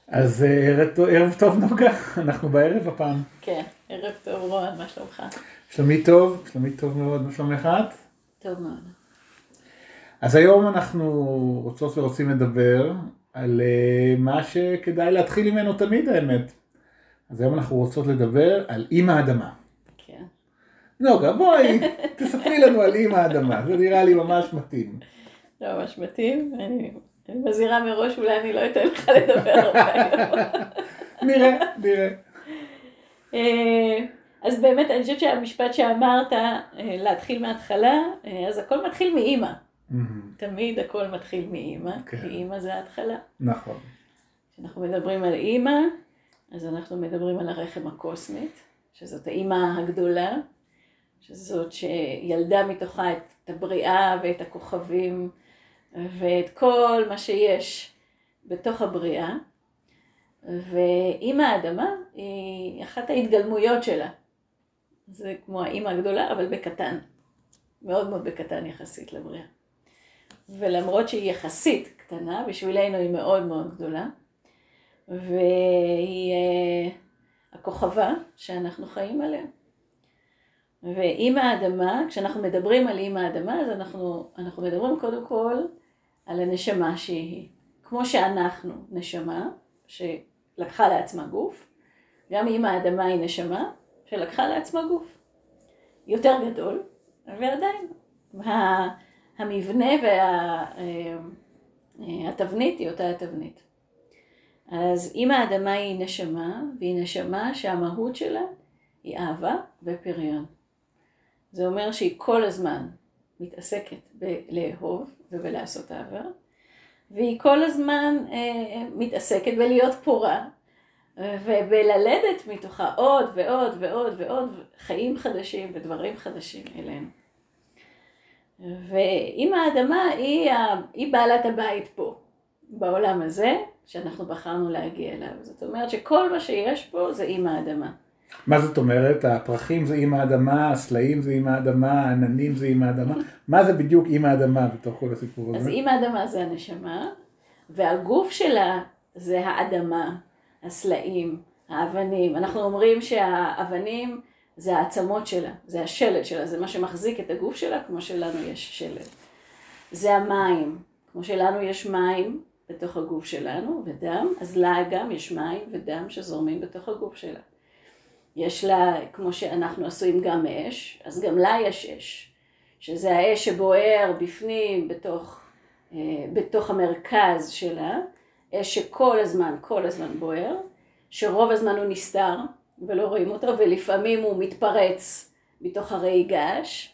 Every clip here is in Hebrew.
אז ערב טוב נוגה, אנחנו בערב הפעם. כן, ערב טוב רון, מה שלומך? שלומי טוב מאוד, מה שלומך את? טוב מאוד. אז היום אנחנו רוצות ורוצים לדבר על מה שכדאי להתחיל ממנו תמיד האמת. אז היום אנחנו רוצות לדבר על אמא האדמה. כן. נוגה, בואי, תספרי לנו על אמא האדמה, זה נראה לי ממש מתאים. זה ממש מתאים, אני מזהירה מראש, אולי אני לא אתן לך לדבר הרבה. נראה. אז באמת, אני חושבת שהמשפט שאמרת, להתחיל מההתחלה, אז הכל מתחיל מאמא. תמיד הכל מתחיל מאמא, כי אמא זה ההתחלה. נכון. כשאנחנו מדברים על אמא, אז אנחנו מדברים על הרחם הקוסמית, שזאת האמא הגדולה, שזאת שילדה מתוכה את הבריאה ואת הכוכבים ואת כל מה שיש בתוך הבריאה. ואמא האדמה היא אחת ההתגלמויות שלה. זה כמו האמא הגדולה, אבל בקטן. מאוד מאוד בקטן יחסית לבריאה. ולמרות שהיא יחסית קטנה, בשבילנו היא מאוד מאוד גדולה. והיא הכוכבה שאנחנו חיים עליה. ואמא האדמה, כשאנחנו מדברים על אמא האדמה, אז אנחנו מדברים קודם כל על הנשמה שהיא. כמו שאנחנו נשמה, שלקחה לעצמה גוף, גם אמא האדמה היא נשמה, שלקחה לעצמה גוף. יותר גדול, ועדיין המבנה והתבנית היא אותה התבנית. אז אמא האדמה היא נשמה, והיא נשמה שהמהות שלה היא אהבה ופריון. זה אומר שהיא כל הזמן מתעסקת בלאהוב ובלעשות אהבה, והיא כל הזמן מתעסקת בלהיות פורה, ובללדת מתוכה עוד ועוד ועוד ועוד חיים חדשים ודברים חדשים אלינו. ואמא האדמה היא בעלת הבית פה, בעולם הזה, שאנחנו בחרנו להגיע אליו. זאת אומרת שכל מה שיש פה זה אמא האדמה. מה זאת אומרת? הפרחים זה אמא האדמה, הסלעים זה אמא האדמה, העננים זה אמא האדמה. מה זה בדיוק אמא האדמה בתוך כל הסיפור הזה? אז אמא האדמה זה הנשמה, והגוף שלה זה האדמה, הסלעים, האבנים. אנחנו אומרים שהאבנים זה העצמות שלה, זה השלד שלה, זה מה שמחזיק את הגוף שלה, כמו שלנו יש שלד. זה המים, כמו שלנו יש מים בתוך הגוף שלנו ודם, אז לה גם יש מים ודם שזורמים בתוך הגוף שלה. יש לה, כמו שאנחנו עשויים גם מאש, אז גם לה יש אש, שזה האש שבוער בפנים, בתוך המרכז שלה, אש שכל הזמן בוער, שרוב הזמן הוא נסתר ולא רואים אותו, ולפעמים הוא מתפרץ מתוך הרי געש.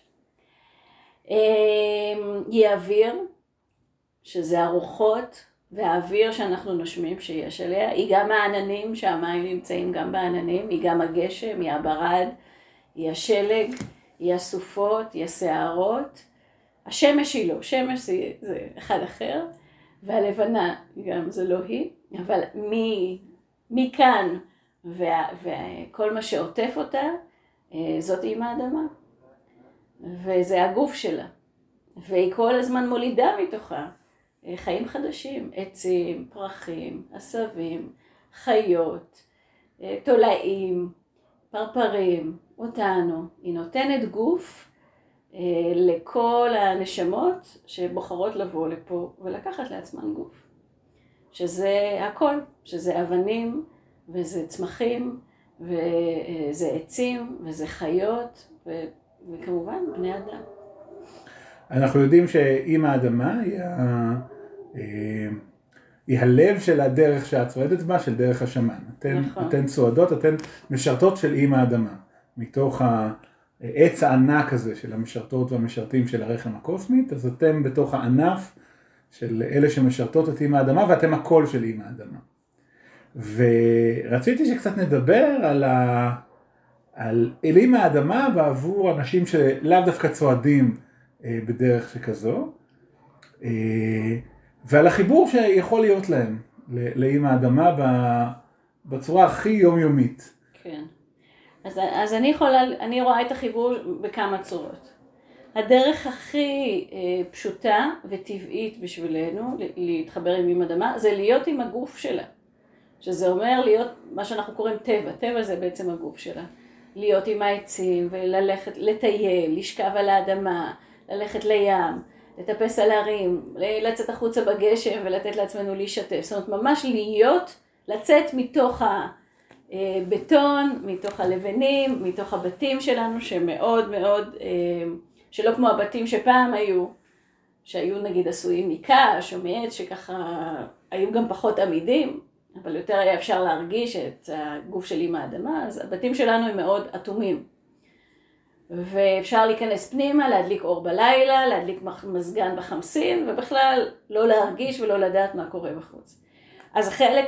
היא אוויר, שזה הרוחות והאוויר שאנחנו נושמים שיש עליה, היא גם העננים, שהמים נמצאים גם בעננים, היא גם הגשם, היא הברד, היא השלג, היא הסופות, היא הסערות. השמש היא לא, שמש זה אחד אחר, והלבנה גם זה לא היא, אבל מכאן וכל מה שעוטף אותה, זאת אמא האדמה. וזה הגוף שלה, והיא כל הזמן מולידה מתוכה חיים חדשים, עצים, פרחים, עשבים, חיות, תולעים, פרפרים, אותנו. היא נותנת גוף לכל הנשמות שבוחרות לבוא לפה ולקחת לעצמן גוף. שזה הכל, שזה אבנים וזה צמחים וזה עצים וזה חיות וכמובן בני אדם. אנחנו יודעים שאמא האדמה היא הלב של הדרך שאת צועדת בה, של דרך השמן. אתן צועדות, אתן משרתות של אמא האדמה. מתוך העץ הענק הזה של המשרתות והמשרתים של הרחם הקוסמית, אז אתם בתוך הענף של אלה שמשרתות את אמא האדמה, ואתם הקול של אמא האדמה. ורציתי שקצת נדבר על אמא האדמה בעבור אנשים שלאו דווקא צועדים בדרך שכזו, ועל החיבור שיכול להיות להם לאמא האדמה בצורה הכי יומיומית. כן. אז אני רואה את החיבור בכמה צורות. הדרך הכי פשוטה וטבעית בשבילנו להתחבר עם אמא האדמה, זה להיות עם הגוף שלה. שזה אומר להיות מה שאנחנו קוראים טבע, טבע זה בעצם הגוף שלה. להיות עם העצים וללכת, לטייל, לשכב על האדמה, ללכת לים, לטפס על הרים, לצאת החוצה בגשם ולתת לעצמנו להישטף. זאת אומרת, ממש להיות, לצאת מתוך הבטון, מתוך הלבנים, מתוך הבתים שלנו שמאוד מאוד, שלא כמו הבתים שפעם שהיו נגיד עשויים מקש או מעץ שככה היו גם פחות עמידים, אבל יותר היה אפשר להרגיש את הגוף שלי מהאדמה, אז הבתים שלנו הם מאוד אטומים. ואפשר להיכנס פנימה, להדליק אור בלילה, להדליק מזגן בחמסין, ובכלל לא להרגיש ולא לדעת מה קורה בחוץ. אז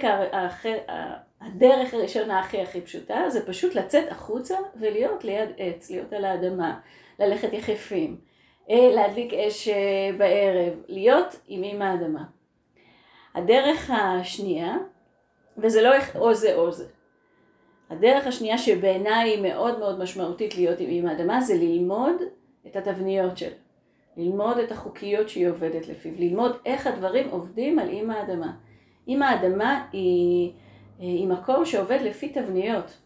הדרך הראשונה הכי פשוטה, זה פשוט לצאת החוצה ולהיות ליד עץ, להיות על האדמה, ללכת יחפים, להדליק אש בערב, להיות עם האדמה. הדרך השנייה, וזה לא או זה או זה. הדרך השנייה שבעיניי היא מאוד מאוד משמעותית להיות עם האדמה, זה ללמוד את התבניות שלה. ללמוד את החוקיות שהיא עובדת לפיו. ללמוד איך הדברים עובדים על עם האדמה. עם האדמה היא מקום שעובד לפי תבניות.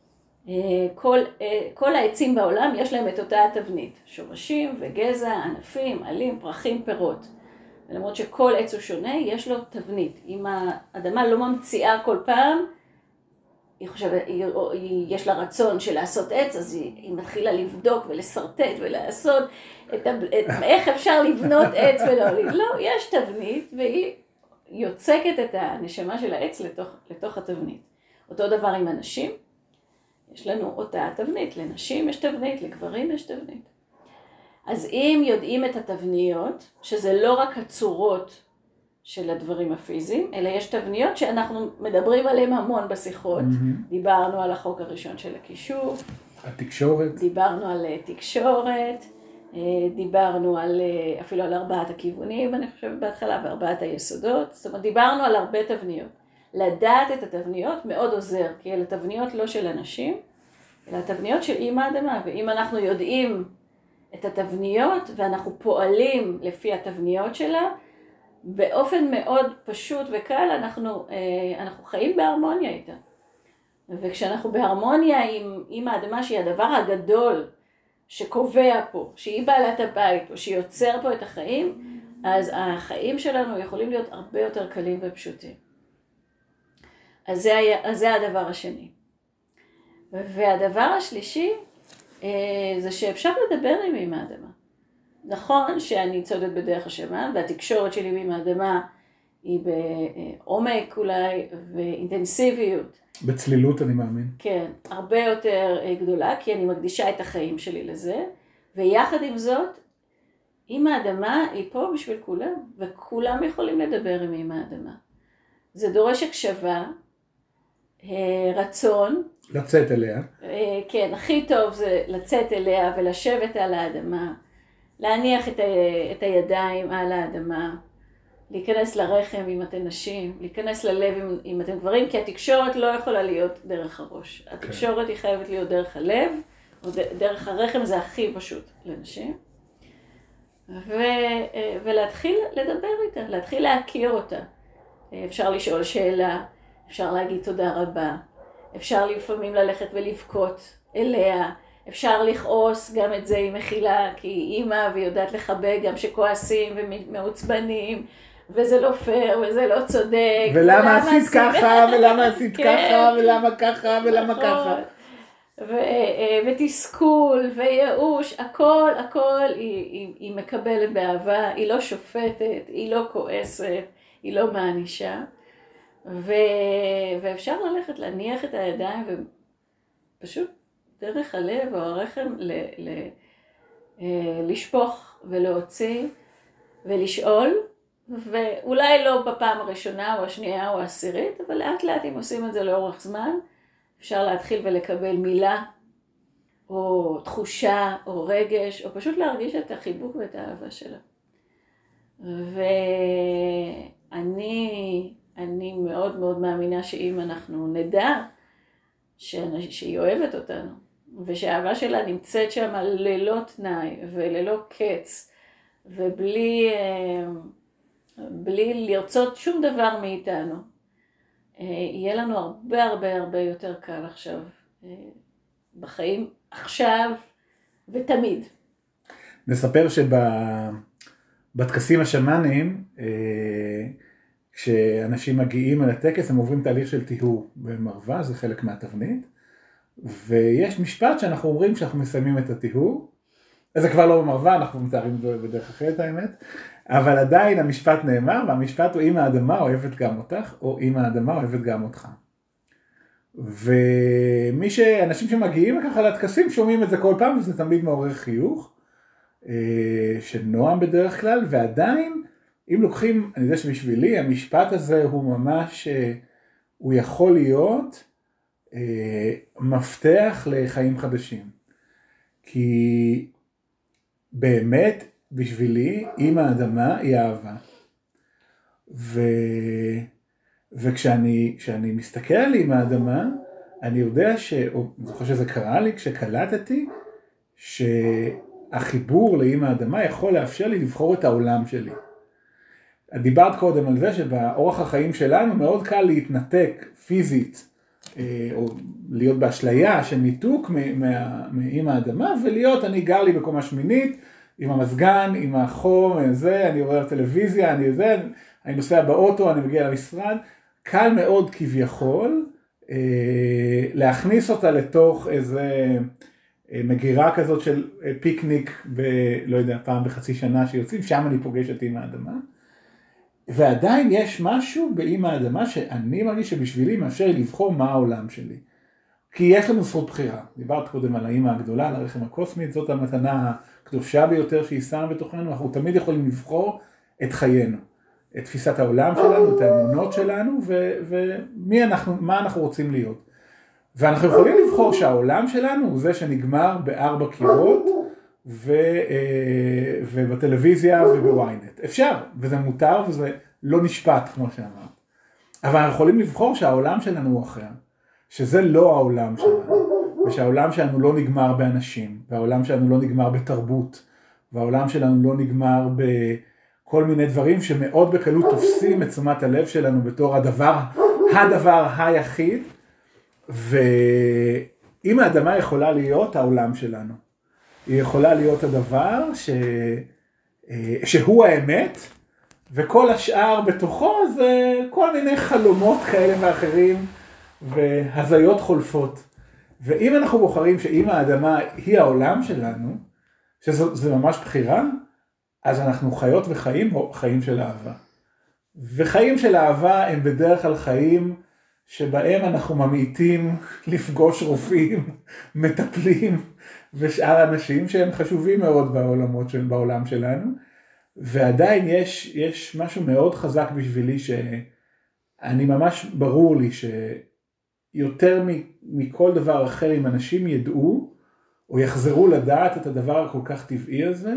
כל העצים בעולם יש להם את אותה התבנית. שורשים וגזע, ענפים, עלים, פרחים, פירות. למרות שכל עץ הוא שונה, יש לו תבנית. אם האדמה לא ממציאה כל פעם, יש לה רצון של לעשות עץ, אז היא מתחילה לבדוק ולסרטט ולעשות איך אפשר לבנות עץ לא, יש תבנית והיא יוצקת את הנשמה של העץ לתוך התבנית. אותו דבר עם אנשים, יש לנו אותה תבנית, לנשים יש תבנית, לגברים יש תבנית. אז אם יודעים את התבניות, שזה לא רק הצורות של הדברים הפיזיים, אלא יש תבניות שאנחנו מדברים עליהן המון בשיחות. דיברנו על החוק הראשון של הכישוף. התקשורת. דיברנו על תקשורת. דיברנו אפילו על 4 הכיוונים, אני חושבת בהתחלה, ו4 היסודות. זאת אומרת, דיברנו על הרבה תבניות. לדעת את התבניות מאוד עוזר, כי אלה תבניות לא של אנשים, אלא התבניות של עם האדמה. ואם אנחנו יודעים את התבניות ואנחנו פועלים לפי התבניות שלה, באופן מאוד פשוט וקל אנחנו חיים בהרמוניה איתה. וכשאנחנו בהרמוניה עם האדמה שהיא הדבר הגדול שקובע פה, שהיא בעלת הבית פה, שהיא יוצר פה את החיים, אז החיים שלנו יכולים להיות הרבה יותר קלים ופשוטים. אז זה הדבר השני. והדבר השלישי זה שאפשר לדבר עם האדמה. נכון שאני צועדת בדרך השמיים, והתקשורת שלי עם האדמה היא בעומק אולי ואינטנסיביות. בצלילות אני מאמין. כן, הרבה יותר גדולה, כי אני מקדישה את החיים שלי לזה, ויחד עם זאת, עם האדמה היא פה בשביל כולם, וכולם יכולים לדבר עם האדמה. זה דורש הקשבה, רצון. לצאת אליה. כן, הכי טוב זה לצאת אליה ולשבת על האדמה, להניח את הידיים על האדמה, להיכנס לרחם אם אתם נשים, להיכנס ללב אם אתם גברים, כי התקשורת לא יכולה להיות דרך הראש. התקשורת היא חייבת להיות דרך הלב, או דרך הרחם זה הכי פשוט לנשים. ולהתחיל לדבר איתה, להתחיל להכיר אותה. אפשר לשאול שאלה, אפשר להגיד תודה רבה, אפשר לפעמים ללכת ולבכות אליה, אפשר לכעוס, גם את זה היא מכילה, כי היא אימא והיא יודעת לחבק גם שכועסים ומעוצבנים, וזה לא פייר וזה לא צודק. ולמה עשית ככה, ולמה עשית ככה, ולמה ככה, ולמה ככה. ותסכול וייאוש, הכל היא מקבלת באהבה, היא לא שופטת, היא לא כועסת, היא לא מענישה. ואפשר ללכת להניח את הידיים ופשוט דרך הלב או הרחם לשפוך ולהוציא ולשאול, ואולי לא בפעם הראשונה או השנייה או העשירית, אבל לאט לאט אם עושים את זה לאורך זמן, אפשר להתחיל ולקבל מילה או תחושה או רגש, או פשוט להרגיש את החיבוק ואת האהבה שלה. ואני מאוד מאוד מאמינה שאם אנחנו נדע שהיא אוהבת אותנו, ושהאהבה שלה נמצאת שם ללא תנאי וללא קץ, ובלי לרצות שום דבר מאיתנו, יהיה לנו הרבה הרבה הרבה יותר קל עכשיו בחיים, עכשיו ותמיד. נספר שבטקסים השמאניים, כשאנשים מגיעים על הטקס, הם עוברים תהליך של טיהור במרווה, זה חלק מהתבנית, ויש משפט שאנחנו אומרים שאנחנו מסיימים את הטיהור, אז זה כבר לא במרווה, אנחנו מתארים את זה בדרך אחרת האמת, אבל עדיין המשפט נאמר, והמשפט הוא אם האדמה אוהבת גם אותך, או אם האדמה אוהבת גם אותך. אנשים שמגיעים ככה לטקסים שומעים את זה כל פעם, וזה תמיד מעורר חיוך, של נועם בדרך כלל, ועדיין, אם לוקחים, אני יודע שבשבילי, המשפט הזה הוא ממש, הוא יכול להיות מפתח לחיים חדשים. כי באמת, בשבילי, אם האדמה היא אהבה. וכשאני מסתכל על אם האדמה, אני יודע אני זוכר שזה קרה לי כשקלטתי, שהחיבור לאם האדמה יכול לאפשר לי לבחור את העולם שלי. דיברת קודם על זה שבאורח החיים שלנו מאוד קל להתנתק פיזית, או להיות באשליה של ניתוק מאם האדמה, ולהיות, אני גר לי בקומה שמינית, עם המזגן, עם החום, אני רואה טלוויזיה, אני נוסע באוטו, אני מגיע למשרד, קל מאוד כביכול להכניס אותה לתוך איזה מגירה כזאת של פיקניק, לא יודע, פעם בחצי שנה שיוצאים, שם אני פוגש את אם האדמה, ועדיין יש משהו באם האדמה שאני מרגיש שבשבילי מאפשר לי לבחור מה העולם שלי. כי יש לנו זכות בחירה. דיברת קודם על האמא הגדולה, על הרחם הקוסמית, זאת המתנה הקדושה ביותר שהיא שמה בתוכנו, אנחנו תמיד יכולים לבחור את חיינו, את תפיסת העולם שלנו, את האמונות שלנו, ומי אנחנו, מה אנחנו רוצים להיות. ואנחנו יכולים לבחור שהעולם שלנו הוא זה שנגמר ב4 קירות, ובטלוויזיה ובוויינט. אפשר, וזה מותר וזה לא נשפט, כמו שאמרת. אבל אנחנו יכולים לבחור שהעולם שלנו הוא אחר, שזה לא העולם שלנו, ושהעולם שלנו לא נגמר באנשים, והעולם שלנו לא נגמר בתרבות, והעולם שלנו לא נגמר בכל מיני דברים שמאוד בקלות תופסים את תשומת הלב שלנו בתור הדבר היחיד, ואם האדמה יכולה להיות העולם שלנו, היא יכולה להיות הדבר שהוא האמת, וכל השאר בתוכו זה כל מיני חלומות כאלה ואחרים, והזיות חולפות. ואם אנחנו בוחרים שאם האדמה היא העולם שלנו, שזה ממש בחירה, אז אנחנו חיות וחיים או חיים של אהבה. וחיים של אהבה הם בדרך כלל חיים שבהם אנחנו ממעיטים לפגוש רופאים, מטפלים ושאר אנשים שהם חשובים מאוד בעולם שלנו. ועדיין יש משהו מאוד חזק בשבילי שאני ממש ברור לי שיותר מכל דבר אחר אם אנשים ידעו או יחזרו לדעת את הדבר הכל כך טבעי הזה,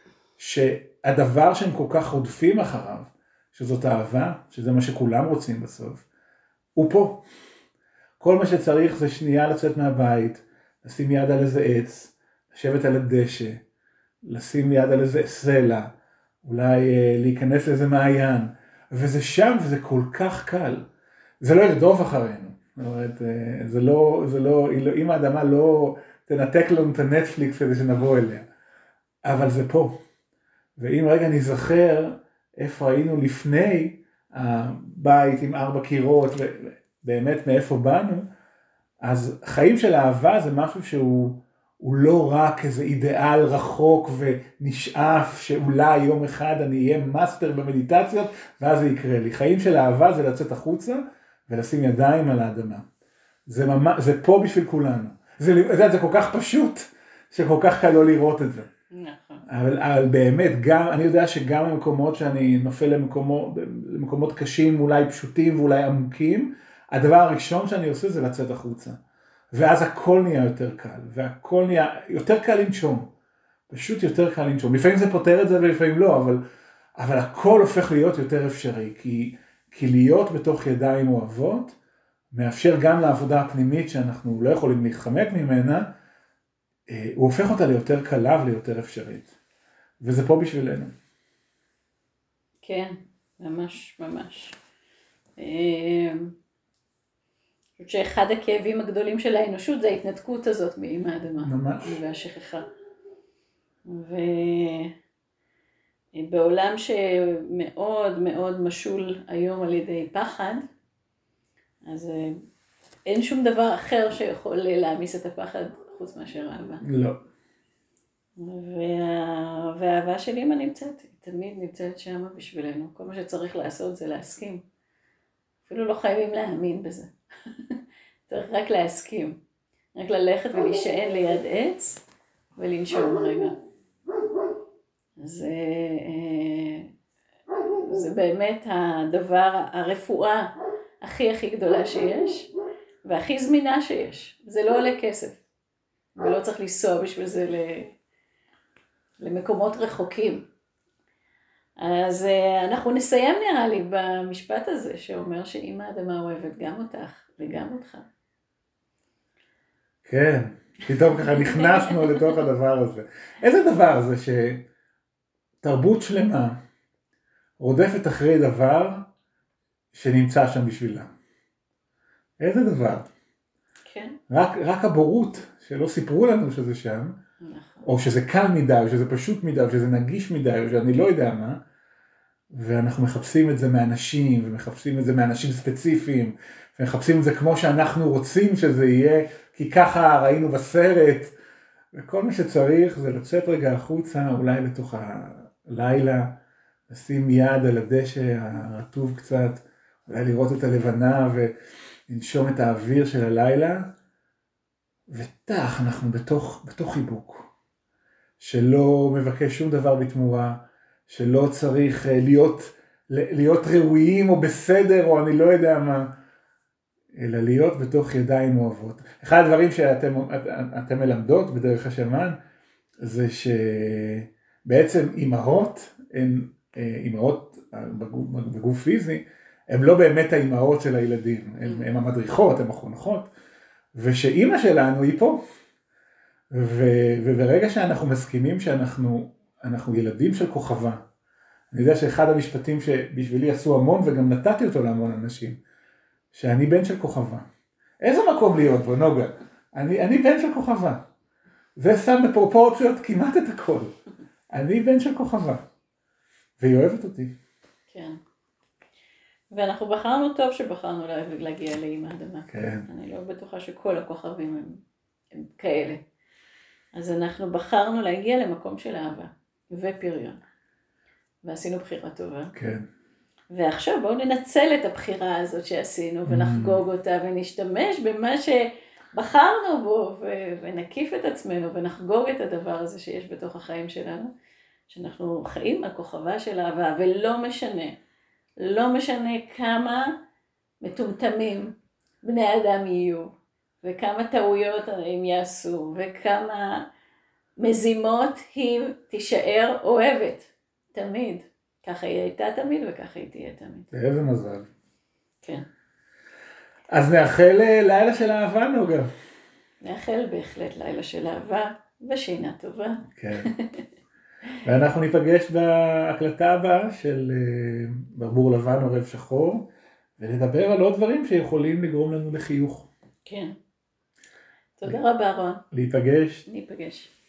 שהדבר שהם כל כך רודפים אחריו, שזאת אהבה, שזה מה שכולם רוצים בסוף, הוא פה. כל מה שצריך זה שנייה לצאת מהבית, לשים יד על איזה עץ, לשבת על הדשא, לשים יד על איזה סלע, אולי להיכנס לאיזה מעיין, וזה שם וזה כל כך קל. זה לא ירדוף אחרינו. זאת אומרת, זה לא, אם האדמה לא תנתק לנו את הנטפליקס כדי שנבוא אליה. אבל זה פה. ואם רגע נזכר איפה היינו לפני הבית עם 4 קירות, ובאמת מאיפה באנו, אז חיים של אהבה זה משהו שהוא לא רק איזה אידיאל רחוק ונשאף שאולי יום אחד אני אהיה מאסטר במדיטציות ואז זה יקרה לי. חיים של אהבה זה לצאת החוצה ולשים ידיים על האדמה. זה פה בשביל כולנו. זה כל כך פשוט שכל כך קל לא לראות את זה. נכון. אבל באמת, אני יודע שגם במקומות שאני נופל למקומות קשים, אולי פשוטים ואולי עמוקים, הדבר הראשון שאני עושה זה לצאת החוצה. ואז הכל נהיה יותר קל, והכל נהיה יותר קל לנשום. פשוט יותר קל לנשום. לפעמים זה פותר את זה ולפעמים לא, אבל הכל הופך להיות יותר אפשרי, כי להיות בתוך ידיים אוהבות, מאפשר גם לעבודה הפנימית שאנחנו לא יכולים להתחמק ממנה, הוא הופך אותה ליותר קלה וליותר אפשרית. וזה פה בשבילנו. כן, ממש ממש. חושבת שאחד הכאבים הגדולים של האנושות זה ההתנתקות הזאת מאמא האדמה. ממש. והשכחה. ובעולם שמאוד מאוד משול היום על ידי פחד, אז אין שום דבר אחר שיכול להעמיס את הפחד חוץ מאשר אהבה. לא. והאהבה של אמא נמצאת, היא תמיד נמצאת שם בשבילנו. כל מה שצריך לעשות זה להסכים. אפילו לא חייבים להאמין בזה. צריך רק להסכים. רק ללכת ולהישען ליד עץ ולנשום רגע. זה באמת הדבר, הרפואה הכי גדולה שיש, והכי זמינה שיש. זה לא עולה כסף. ולא צריך לנסוע בשביל זה למקומות רחוקים. אז אנחנו נסיים נראה לי במשפט הזה שאומר שאמא האדמה אוהבת גם אותך וגם אותך. כן, פתאום ככה נכנסנו לתוך הדבר הזה. איזה דבר זה שתרבות שלמה רודפת אחרי דבר שנמצא שם בשבילה? איזה דבר? כן. רק הבורות שלא סיפרו לנו שזה שם, נכון. או שזה קל מדי, או שזה פשוט מדי, או שזה נגיש מדי, או שאני לא יודע מה, ואנחנו מחפשים את זה מאנשים, ומחפשים את זה מאנשים ספציפיים, ומחפשים את זה כמו שאנחנו רוצים שזה יהיה, כי ככה ראינו בסרט, וכל מה שצריך זה לצאת רגע החוצה, אולי לתוך הלילה, לשים יד על הדשא הרטוב קצת, אולי לראות את הלבנה ולנשום את האוויר של הלילה, ותח אנחנו בתוך חיבוק, שלא מבקש שום דבר בתמורה, שלא צריך להיות ראויים או בסדר או אני לא יודע מה, אלא להיות בתוך ידיים אוהבות. אחד הדברים שאתם מלמדות בדרך השמן, זה שבעצם אימהות, אימהות בגוף פיזי, הן לא באמת האימהות של הילדים, הן המדריכות, הן החונכות, ושאימא שלנו היא פה. וברגע שאנחנו מסכימים שאנחנו ילדים של כוכבה, אני יודע שאחד המשפטים שבשבילי עשו המון וגם נתתי אותו להמון אנשים, שאני בן של כוכבה. איזה מקום להיות בו, נוגה? אני בן של כוכבה. זה שם בפרופורציות כמעט את הכל. אני בן של כוכבה. והיא אוהבת אותי. כן. ואנחנו בחרנו טוב שבחרנו להגיע לאמא האדמה. כן. אני לא בטוחה שכל הכוכבים הם כאלה. אז אנחנו בחרנו להגיע למקום של אהבה ופריון. ועשינו בחירה טובה. כן. ועכשיו בואו ננצל את הבחירה הזאת שעשינו ונחגוג אותה ונשתמש במה שבחרנו בו ונקיף את עצמנו ונחגוג את הדבר הזה שיש בתוך החיים שלנו. שאנחנו חיים הכוכבה של אהבה ולא משנה כמה מטומטמים בני אדם יהיו וכמה טעויות הם יעשו וכמה מזימות היא תישאר אוהבת תמיד. ככה היא הייתה תמיד וככה היא תהיה תמיד. איזה מזל. כן. אז נאחל לילה של אהבה, נוגה. נאחל בהחלט לילה של אהבה ושינה טובה. כן. ואנחנו ניפגש בהקלטה הבאה של ברבור לבן עורב שחור, ונדבר על עוד דברים שיכולים לגרום לנו לחיוך. כן. תודה רבה רון. להיפגש. ניפגש.